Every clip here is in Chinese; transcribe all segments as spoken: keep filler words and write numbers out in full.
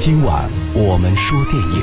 今晚我们说电影。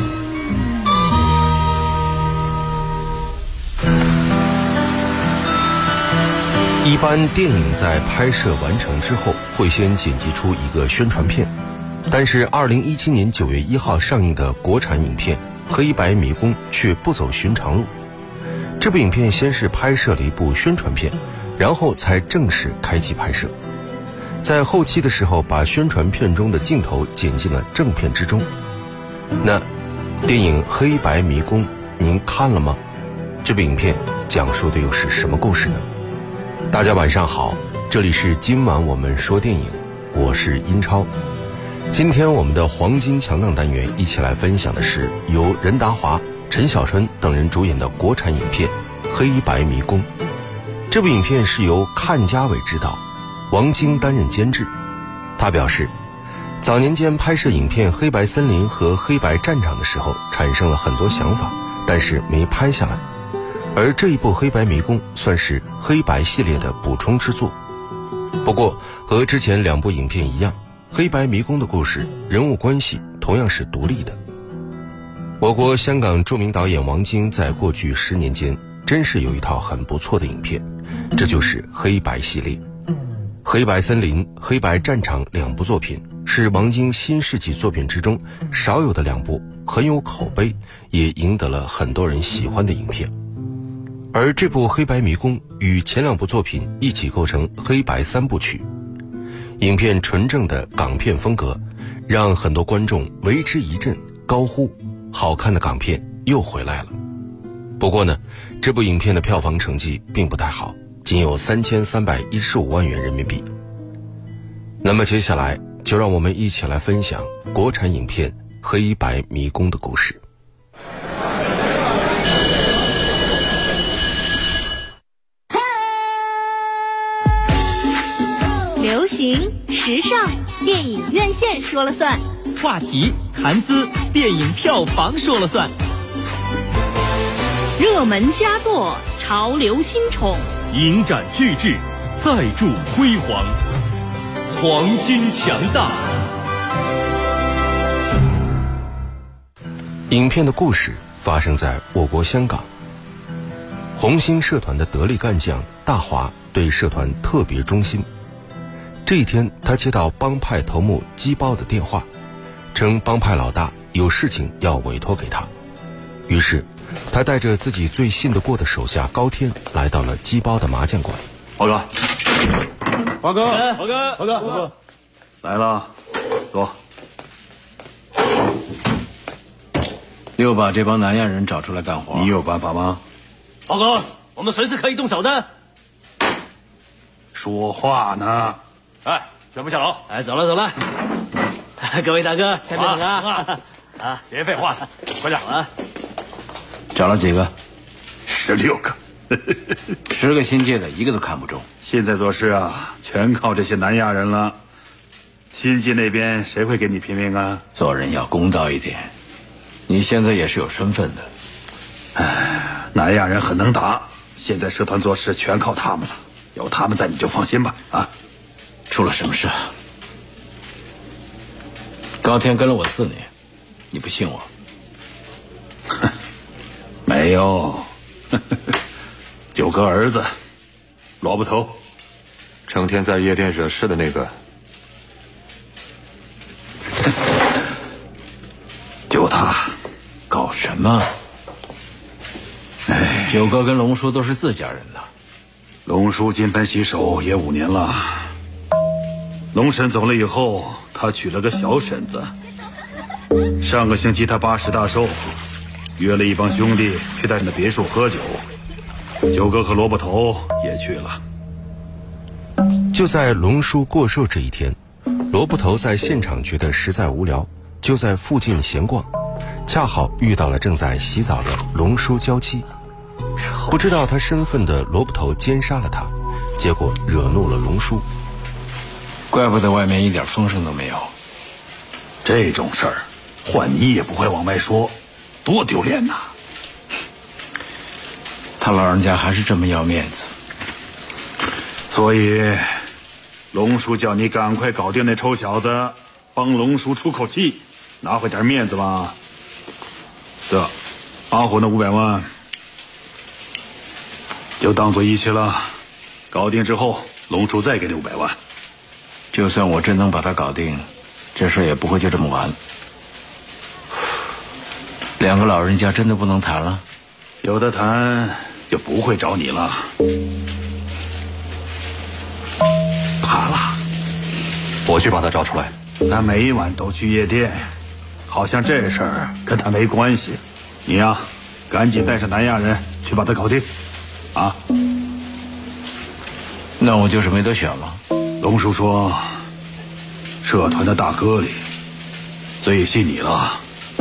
一般电影在拍摄完成之后，会先剪辑出一个宣传片，但是二零一七年九月一号上映的国产影片《黑白迷宫》却不走寻常路。这部影片先是拍摄了一部宣传片，然后才正式开启拍摄。在后期的时候，把宣传片中的镜头剪进了正片之中。那电影《黑白迷宫》您看了吗？这部影片讲述的又是什么故事呢？大家晚上好，这里是今晚我们说电影，我是英超。今天我们的黄金强档单元一起来分享的是由任达华、陈小春等人主演的国产影片《黑白迷宫》。这部影片是由阚家伟执导，王晶担任监制。他表示，早年间拍摄影片《黑白森林》和《黑白战场》的时候，产生了很多想法，但是没拍下来。而这一部《黑白迷宫》算是黑白系列的补充之作。不过，和之前两部影片一样，《黑白迷宫》的故事、人物关系同样是独立的。我国香港著名导演王晶在过去十年间，真是有一套很不错的影片，这就是黑白系列。黑白森林、黑白战场两部作品是王晶新世纪作品之中少有的两部很有口碑，也赢得了很多人喜欢的影片。而这部黑白迷宫与前两部作品一起构成黑白三部曲，影片纯正的港片风格让很多观众为之一振，高呼好看的港片又回来了。不过呢，这部影片的票房成绩并不太好，仅有三千三百一十五万元人民币。那么接下来就让我们一起来分享国产影片《黑白迷宫》的故事。 流行、时尚，电影院线说了算； 话题、谈资，电影票房说了算； 热门佳作，潮流新宠， 影展巨制，再铸辉煌，黄金强大。 影片的故事发生在我国香港。红星社团的得力干将大华对社团特别忠心。这一天，他接到帮派头目鸡包的电话，称帮派老大有事情要委托给他。于是他带着自己最信得过的手下高天来到了鸡包的麻将馆。 华哥，华哥， 华哥， 华哥，华哥，来了，坐。 又把这帮南亚人找出来干活， 你有办法吗？ 华哥，我们随时可以动手的。 说话呢。 哎，全部下楼。哎，走了走了。各位大哥，下面等啊！啊，别废话，快点啊！ 找了几个？ 十六个。 十个新界的，一个都看不中。 现在做事啊，全靠这些南亚人了。新界那边谁会给你拼命啊？ 做人要公道一点。你现在也是有身份的。 哎，南亚人很能打，现在社团做事全靠他们了。有他们在，你就放心吧。啊， 出了什么事？高天跟了我四年，你不信我？ 没有。有个儿子，萝卜头， 成天在夜店惹事的那个。 就他。 搞什么？ 哎， 九哥跟龙叔都是自家人的。 龙叔金盆洗手也五年了。龙婶走了以后，他娶了个小婶子。上个星期他八十大寿，约了一帮兄弟去他的别墅喝酒，九哥和萝卜头也去了。 就在龙叔过寿这一天，萝卜头在现场觉得实在无聊，就在附近闲逛，恰好遇到了正在洗澡的龙叔娇妻。不知道他身份的萝卜头奸杀了他，结果惹怒了龙叔。 怪不得外面一点风声都没有。 这种事儿换你也不会往外说，多丢脸呐。 他老人家还是这么要面子。 所以龙叔叫你赶快搞定那臭小子，帮龙叔出口气， 拿回点面子吧。这阿虎那五百万就当做义气了，搞定之后龙叔再给你五百万。 就算我真能把他搞定，这事也不会就这么完。两个老人家真的不能谈了？ 有的谈就不会找你了。怕了， 我去把他找出来。 他每晚都去夜店，好像这事儿跟他没关系。你呀，赶紧带上南亚人去把他搞定，啊！ 那我就是没得选了。 龙叔说，社团的大哥里最信你了。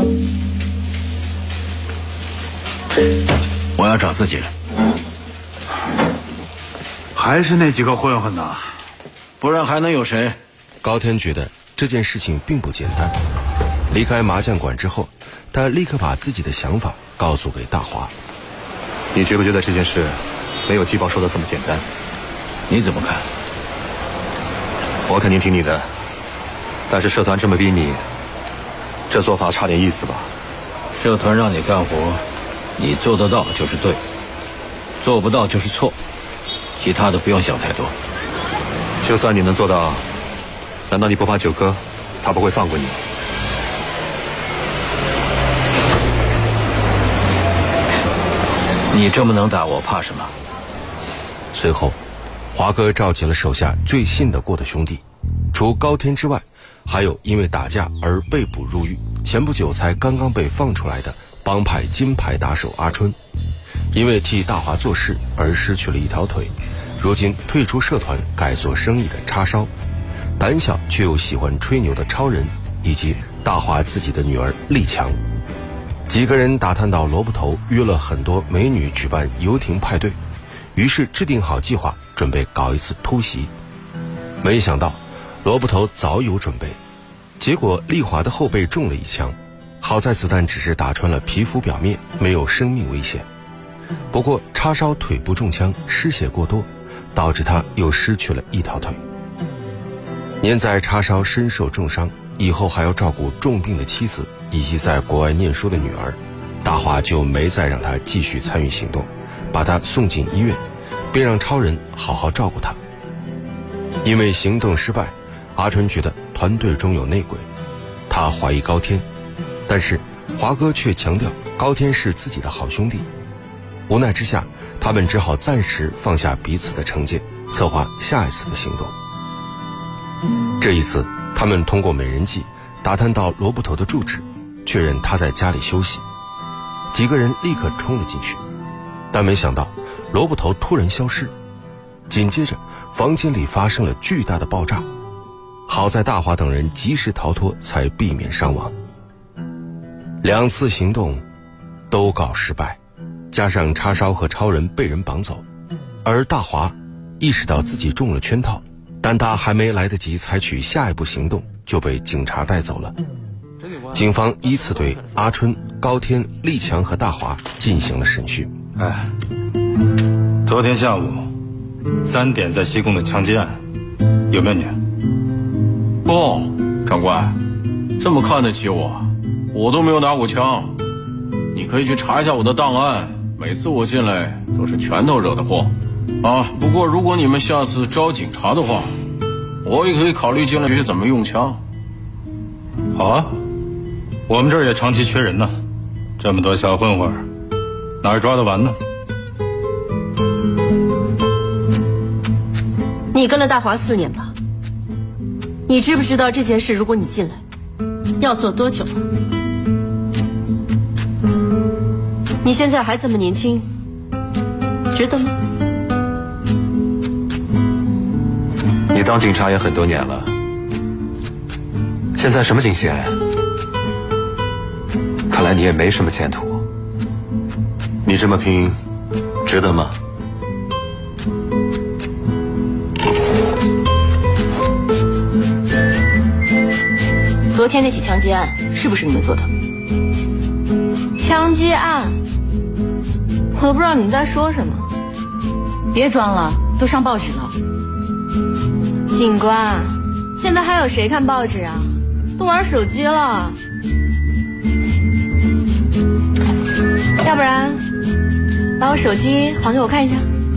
我要找自己人。 还是那几个混混呐， 不然还能有谁？ 高天觉得这件事情并不简单。离开麻将馆之后，他立刻把自己的想法告诉给大华。 你觉不觉得这件事没有季报说的这么简单？ 你怎么看？ 我肯定听你的，但是社团这么逼你，这做法差点意思吧？ 社团让你干活，你做得到就是对，做不到就是错，其他的不用想太多。 就算你能做到，难道你不怕九哥他不会放过你？ 你这么能打，我怕什么？ 随后华哥召集了手下最信得过的兄弟，除高天之外，还有因为打架而被捕入狱，前不久才刚刚被放出来的帮派金牌打手阿春，因为替大华做事而失去了一条腿，如今退出社团改做生意的叉烧，胆小却又喜欢吹牛的超人，以及大华自己的女儿丽强。几个人打探到萝卜头约了很多美女举办游艇派对，于是制定好计划，准备搞一次突袭。没想到萝卜头早有准备，结果丽华的后背中了一枪，好在子弹只是打穿了皮肤表面，没有生命危险。不过叉烧腿部中枪，失血过多，导致他又失去了一条腿。念在叉烧身受重伤，以后还要照顾重病的妻子以及在国外念书的女儿，大华就没再让他继续参与行动，把他送进医院，并让超人好好照顾他。因为行动失败，阿春觉得团队中有内鬼，他怀疑高天，但是华哥却强调高天是自己的好兄弟。无奈之下，他们只好暂时放下彼此的成见，策划下一次的行动。这一次他们通过美人计打探到萝卜头的住址，确认他在家里休息。几个人立刻冲了进去，但没想到萝卜头突然消失，紧接着房间里发生了巨大的爆炸，好在大华等人及时逃脱，才避免伤亡。两次行动都告失败，加上叉烧和超人被人绑走，而大华意识到自己中了圈套，但他还没来得及采取下一步行动，就被警察带走了。警方依次对阿春、高天、丽强和大华进行了审讯。 哎，昨天下午三点在西贡的枪击案，有没有你？ 哦，长官，这么看得起我，我都没有拿过枪。你可以去查一下我的档案，每次我进来都是拳头惹的祸。啊，不过如果你们下次招警察的话，我也可以考虑进来学学怎么用枪。 好啊，我们这儿也长期缺人呢，这么多小混混，哪儿抓得完呢？ 你跟了大华四年吧？你知不知道这件事，如果你进来，要做多久？你现在还这么年轻，值得吗？ 你当警察也很多年了，现在什么警衔？看来你也没什么前途。你这么拼，值得吗？ 昨天那起枪击案是不是你们做的？ 枪击案？我不知道你们在说什么。 别装了，都上报纸了。 警官，现在还有谁看报纸啊？ 都玩手机了。要不然，把我手机还给我看一下。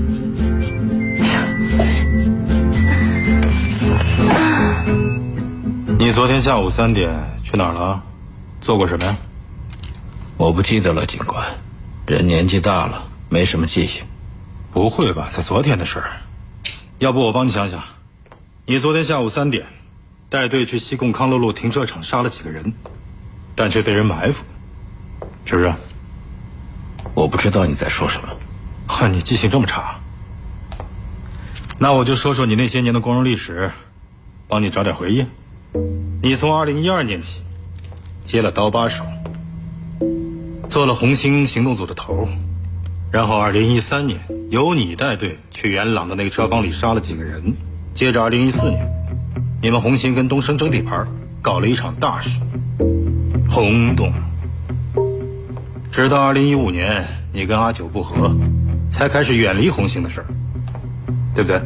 你昨天下午三点去哪儿了？做过什么呀？ 我不记得了，警官。人年纪大了，没什么记性。 不会吧，才昨天的事儿。要不我帮你想想，你昨天下午三点带队去西贡康乐路停车场杀了几个人，但却被人埋伏，是不是？ 我不知道你在说什么。 哈，你记性这么差。那我就说说你那些年的光荣历史，帮你找点回忆。你从二零一二年起接了刀把手，做了红星行动组的头，然后二零一三年由你带队去元朗的那个车坊里杀了几个人，接着二零一四年你们红星跟东升争地盘，搞了一场大事，轰动。直到二零一五年你跟阿九不和，才开始远离红星的事儿，对不对？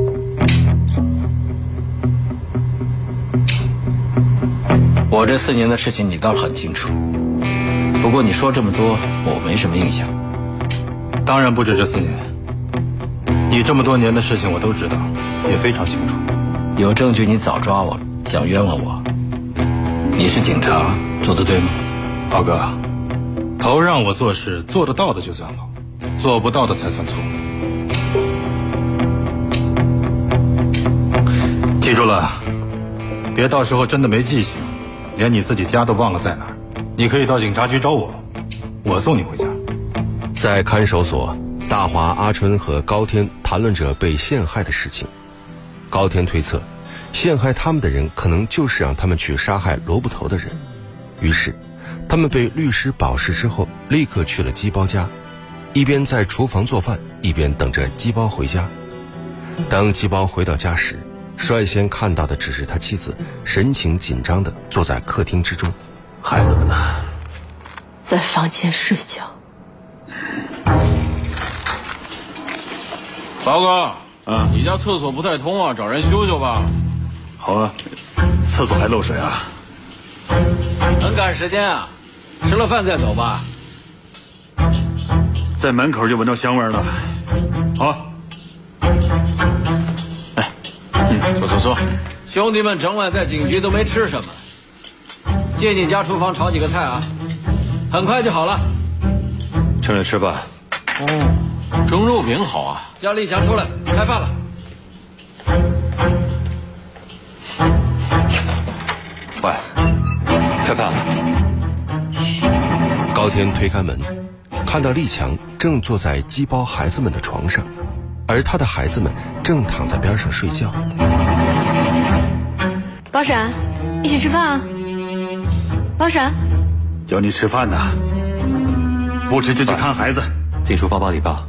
我这四年的事情你倒是很清楚，不过你说这么多我没什么印象。 当然不止这四年，你这么多年的事情我都知道，也非常清楚。 有证据你早抓我，想冤枉我。你是警察，做得对吗？ 老哥，头让我做事做得到的就算好，做不到的才算错。记住了，别到时候真的没记性，连你自己家都忘了在哪儿。你可以到警察局找我，我送你回家。 在看守所，大华、阿春和高天谈论着被陷害的事情。高天推测，陷害他们的人可能就是让他们去杀害罗布头的人。于是他们被律师保释之后，立刻去了鸡包家，一边在厨房做饭，一边等着鸡包回家。当鸡包回到家时，率先看到的只是他妻子神情紧张地坐在客厅之中。 孩子们呢？ 在房间睡觉。 包哥，嗯，你家厕所不太通啊，找人修修吧。 好啊，厕所还漏水啊？ 能赶时间啊？吃了饭再走吧。 在门口就闻到香味了。好。 哎，嗯，坐坐坐。 兄弟们整晚在警局都没吃什么，借你家厨房炒几个菜啊，很快就好了。 趁热吃饭。 哦，蒸肉饼好啊。 叫立强出来开饭了。 喂，开饭了。 高天推开门，看到立强正坐在鸡包孩子们的床上，而他的孩子们正躺在边上睡觉。 包闪，一起吃饭啊！包闪， 叫你吃饭呢，不吃就去看孩子。 进厨房帮你爸。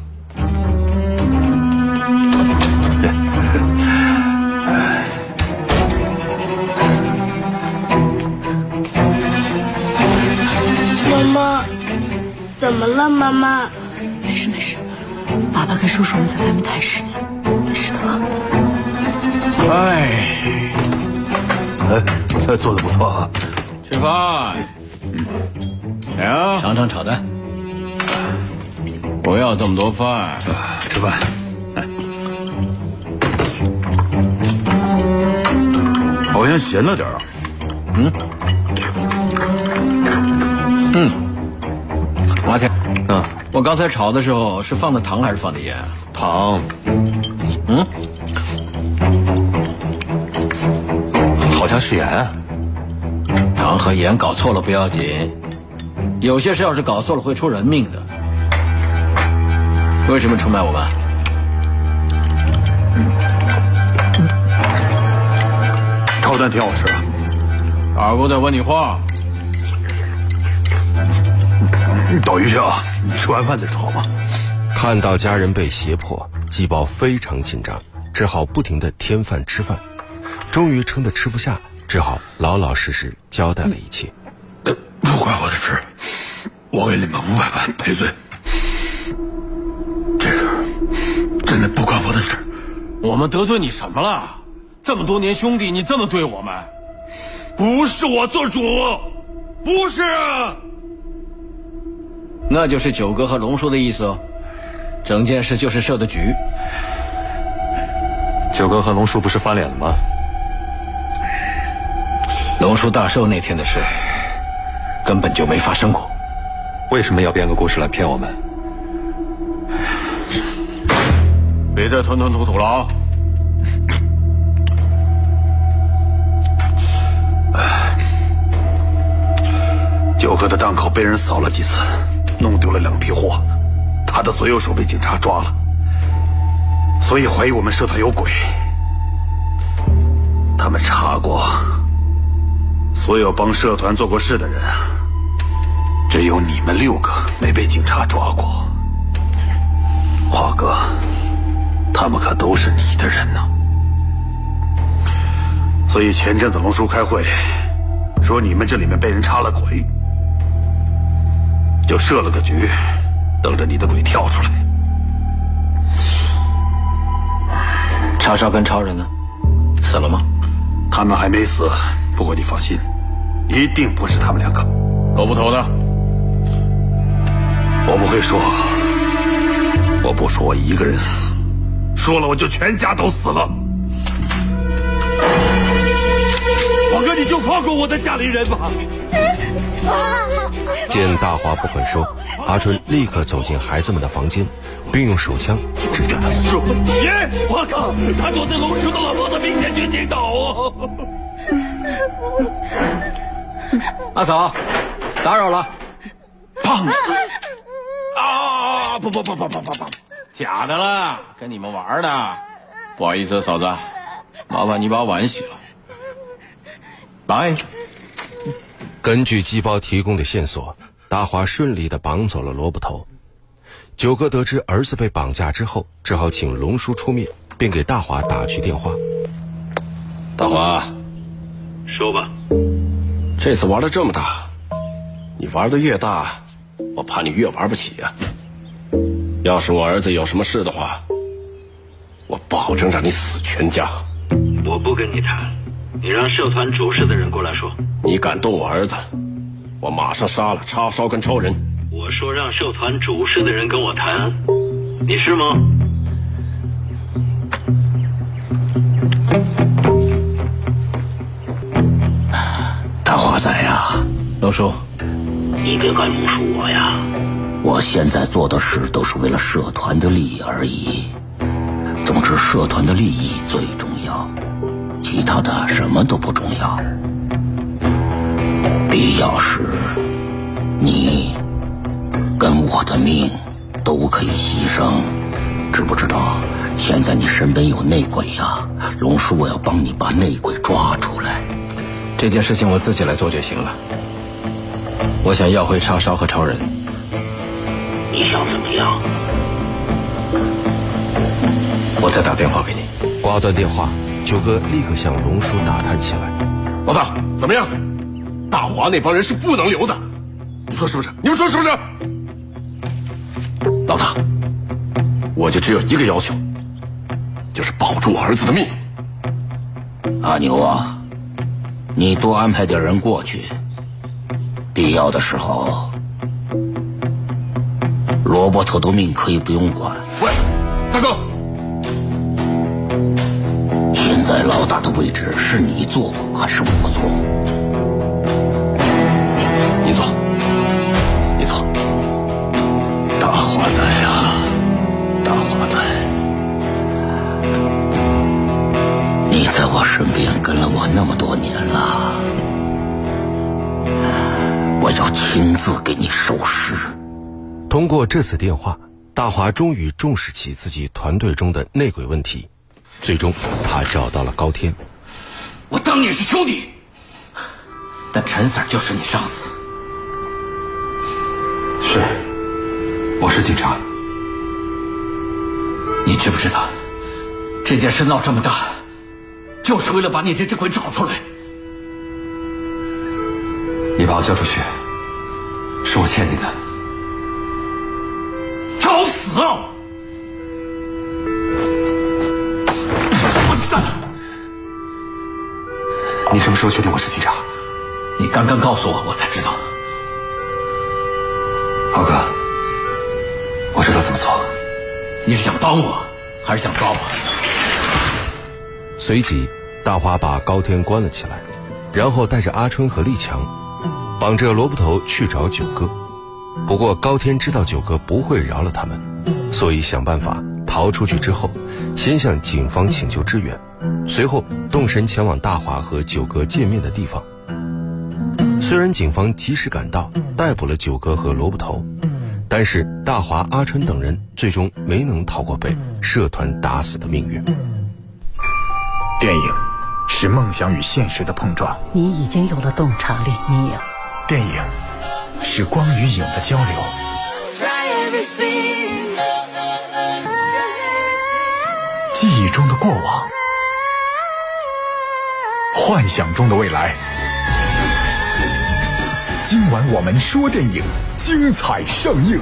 妈妈，怎么了？妈妈， 没事没事，爸爸跟叔叔们在外面谈事情，没事的啊。 哎，哎，做的不错啊。 吃饭。来啊， 尝尝炒蛋。 不要这么多饭。 啊、吃饭。哎，好像咸了点啊。 嗯。嗯，马天， 嗯， 我刚才炒的时候是放的糖还是放的盐？ 糖。 嗯， 好像是盐啊。 糖和盐搞错了不要紧，有些事要是搞错了会出人命的。为什么出卖我们？ 炒蛋挺好吃啊。 大哥在问你话。 你倒鱼去啊！吃完饭再吃好吗？ 看到家人被胁迫，鸡包非常紧张，只好不停地添饭吃饭。终于撑得吃不下，只好老老实实交代了一切。 呃、不关我的事，我给你们五百万赔罪。这事真的不关我的事。 我们得罪你什么了？这么多年兄弟，你这么对我们？ 不是我做主，不是。 那就是九哥和龙叔的意思哦。整件事就是设的局。 九哥和龙叔不是翻脸了吗？ 龙叔大寿那天的事根本就没发生过。 为什么要编个故事来骗我们？ 别再吞吞吐吐了啊！ 九哥的档口被人扫了几次，弄丢了两批货，他的左右手被警察抓了，所以怀疑我们社团有鬼。他们查过，所有帮社团做过事的人，只有你们六个没被警察抓过。华哥，他们可都是你的人呢。所以前阵子龙叔开会，说你们这里面被人插了鬼，就设了个局，等着你的鬼跳出来。 叉烧跟超人呢？死了吗？ 他们还没死，不过你放心，一定不是他们两个。 萝卜头呢？ 我不会说，我不说我一个人死，说了我就全家都死了。华哥，你就放过我的家里人吧。 见大华不肯说，阿春立刻走进孩子们的房间，并用手枪指着他们说：“爷，华哥，他躲在龙叔的老婆子面前去听到哦。” 阿嫂，打扰了。 砰！啊！不不不不不不不，假的啦，跟你们玩的。不好意思，嫂子，麻烦你把碗洗了。来。 根据鸡包提供的线索，大华顺利地绑走了萝卜头。九哥得知儿子被绑架之后，只好请龙叔出面，便给大华打去电话。 大华， 说吧。 这次玩的这么大，你玩的越大，我怕你越玩不起呀、啊。要是我儿子有什么事的话，我保证让你死全家。 我不跟你谈，你让社团主事的人过来说。 你敢动我儿子，我马上杀了叉烧跟超人。 我说让社团主事的人跟我谈，你是吗？ 大华仔呀， 龙叔， 你别敢侮辱我呀！我现在做的事都是为了社团的利益而已。总之，社团的利益最重要，其他的什么都不重要。必要时，你跟我的命都可以牺牲，知不知道？现在你身边有内鬼呀，龙叔，我要帮你把内鬼抓出来。 这件事情我自己来做就行了。我想要回叉烧和超人。 你想怎么样？ 我再打电话给你。 挂断电话，九哥立刻向龙叔打探起来。 老大，怎么样？大华那帮人是不能留的，你说是不是？你们说是不是？老大，我就只有一个要求，就是保住我儿子的命。 阿牛啊，你多安排点人过去，必要的时候，萝卜头的命可以不用管。 喂，大哥， 现在老大的位置是你坐还是我坐？ 你坐，你坐。 大华仔啊，大华仔，你在我身边跟了我那么多年了，我要亲自给你收尸。 通过这次电话，大华终于重视起自己团队中的内鬼问题，最终他找到了高天。 我当你是兄弟，但陈 Sir 就是你上司。 是，我是警察。 你知不知道，这件事闹这么大，就是为了把你这只鬼找出来。 你把我交出去，是我欠你的。 找死啊！ 你什么时候确定我是警察？ 你刚刚告诉我，我才知道的。 浩哥，我知道怎么做。 你是想帮我，还是想抓我？ 随即，大华把高天关了起来，然后带着阿春和立强，绑着萝卜头去找九哥。不过高天知道九哥不会饶了他们，所以想办法逃出去之后，先向警方请求支援，随后动身前往大华和九哥见面的地方。虽然警方及时赶到，逮捕了九哥和萝卜头，但是大华、阿春等人最终没能逃过被社团打死的命运。 电影是梦想与现实的碰撞， 你已经有了洞察力，你有。 电影是光与影的交流，记忆中的过往，幻想中的未来。今晚我们说电影，精彩上映。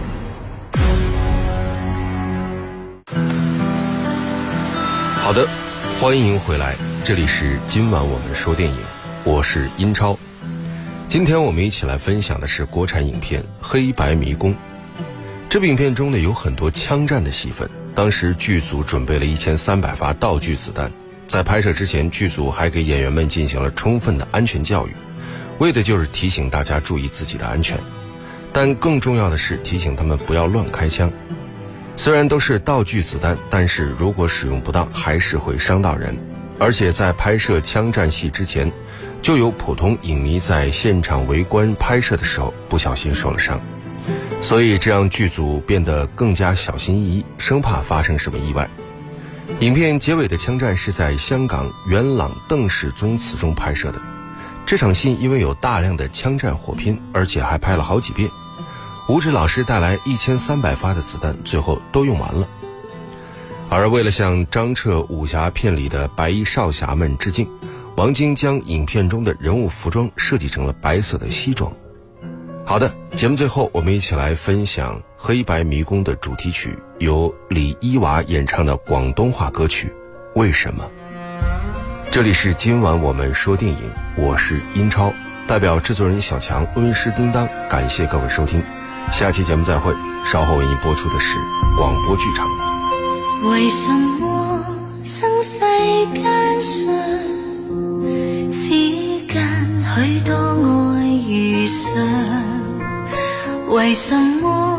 好的，欢迎回来，这里是今晚我们说电影，我是英超。今天我们一起来分享的是国产影片《黑白迷宫》。这部影片中呢有很多枪战的戏份，当时剧组准备了一千三百发道具子弹，在拍摄之前，剧组还给演员们进行了充分的安全教育，为的就是提醒大家注意自己的安全，但更重要的是提醒他们不要乱开枪。虽然都是道具子弹，但是如果使用不当还是会伤到人，而且在拍摄枪战戏之前，就有普通影迷在现场围观拍摄的时候不小心受了伤，所以这让剧组变得更加小心翼翼，生怕发生什么意外。影片结尾的枪战是在香港元朗邓氏宗祠中拍摄的，这场戏因为有大量的枪战火拼，而且还拍了好几遍。吴志老师带来一千三百发的子弹，最后都用完了。而为了向张彻武侠片里的白衣少侠们致敬，王晶将影片中的人物服装设计成了白色的西装。好的，节目最后我们一起来分享《黑白迷宫》的主题曲，由李伊娃演唱的广东话歌曲《为什么》。这里是今晚我们说电影，我是英超，代表制作人小强、录音师叮当，感谢各位收听，下期节目再会。稍后为您播出的是广播剧场。 为什么生世間上此間許多愛遇上，為什麼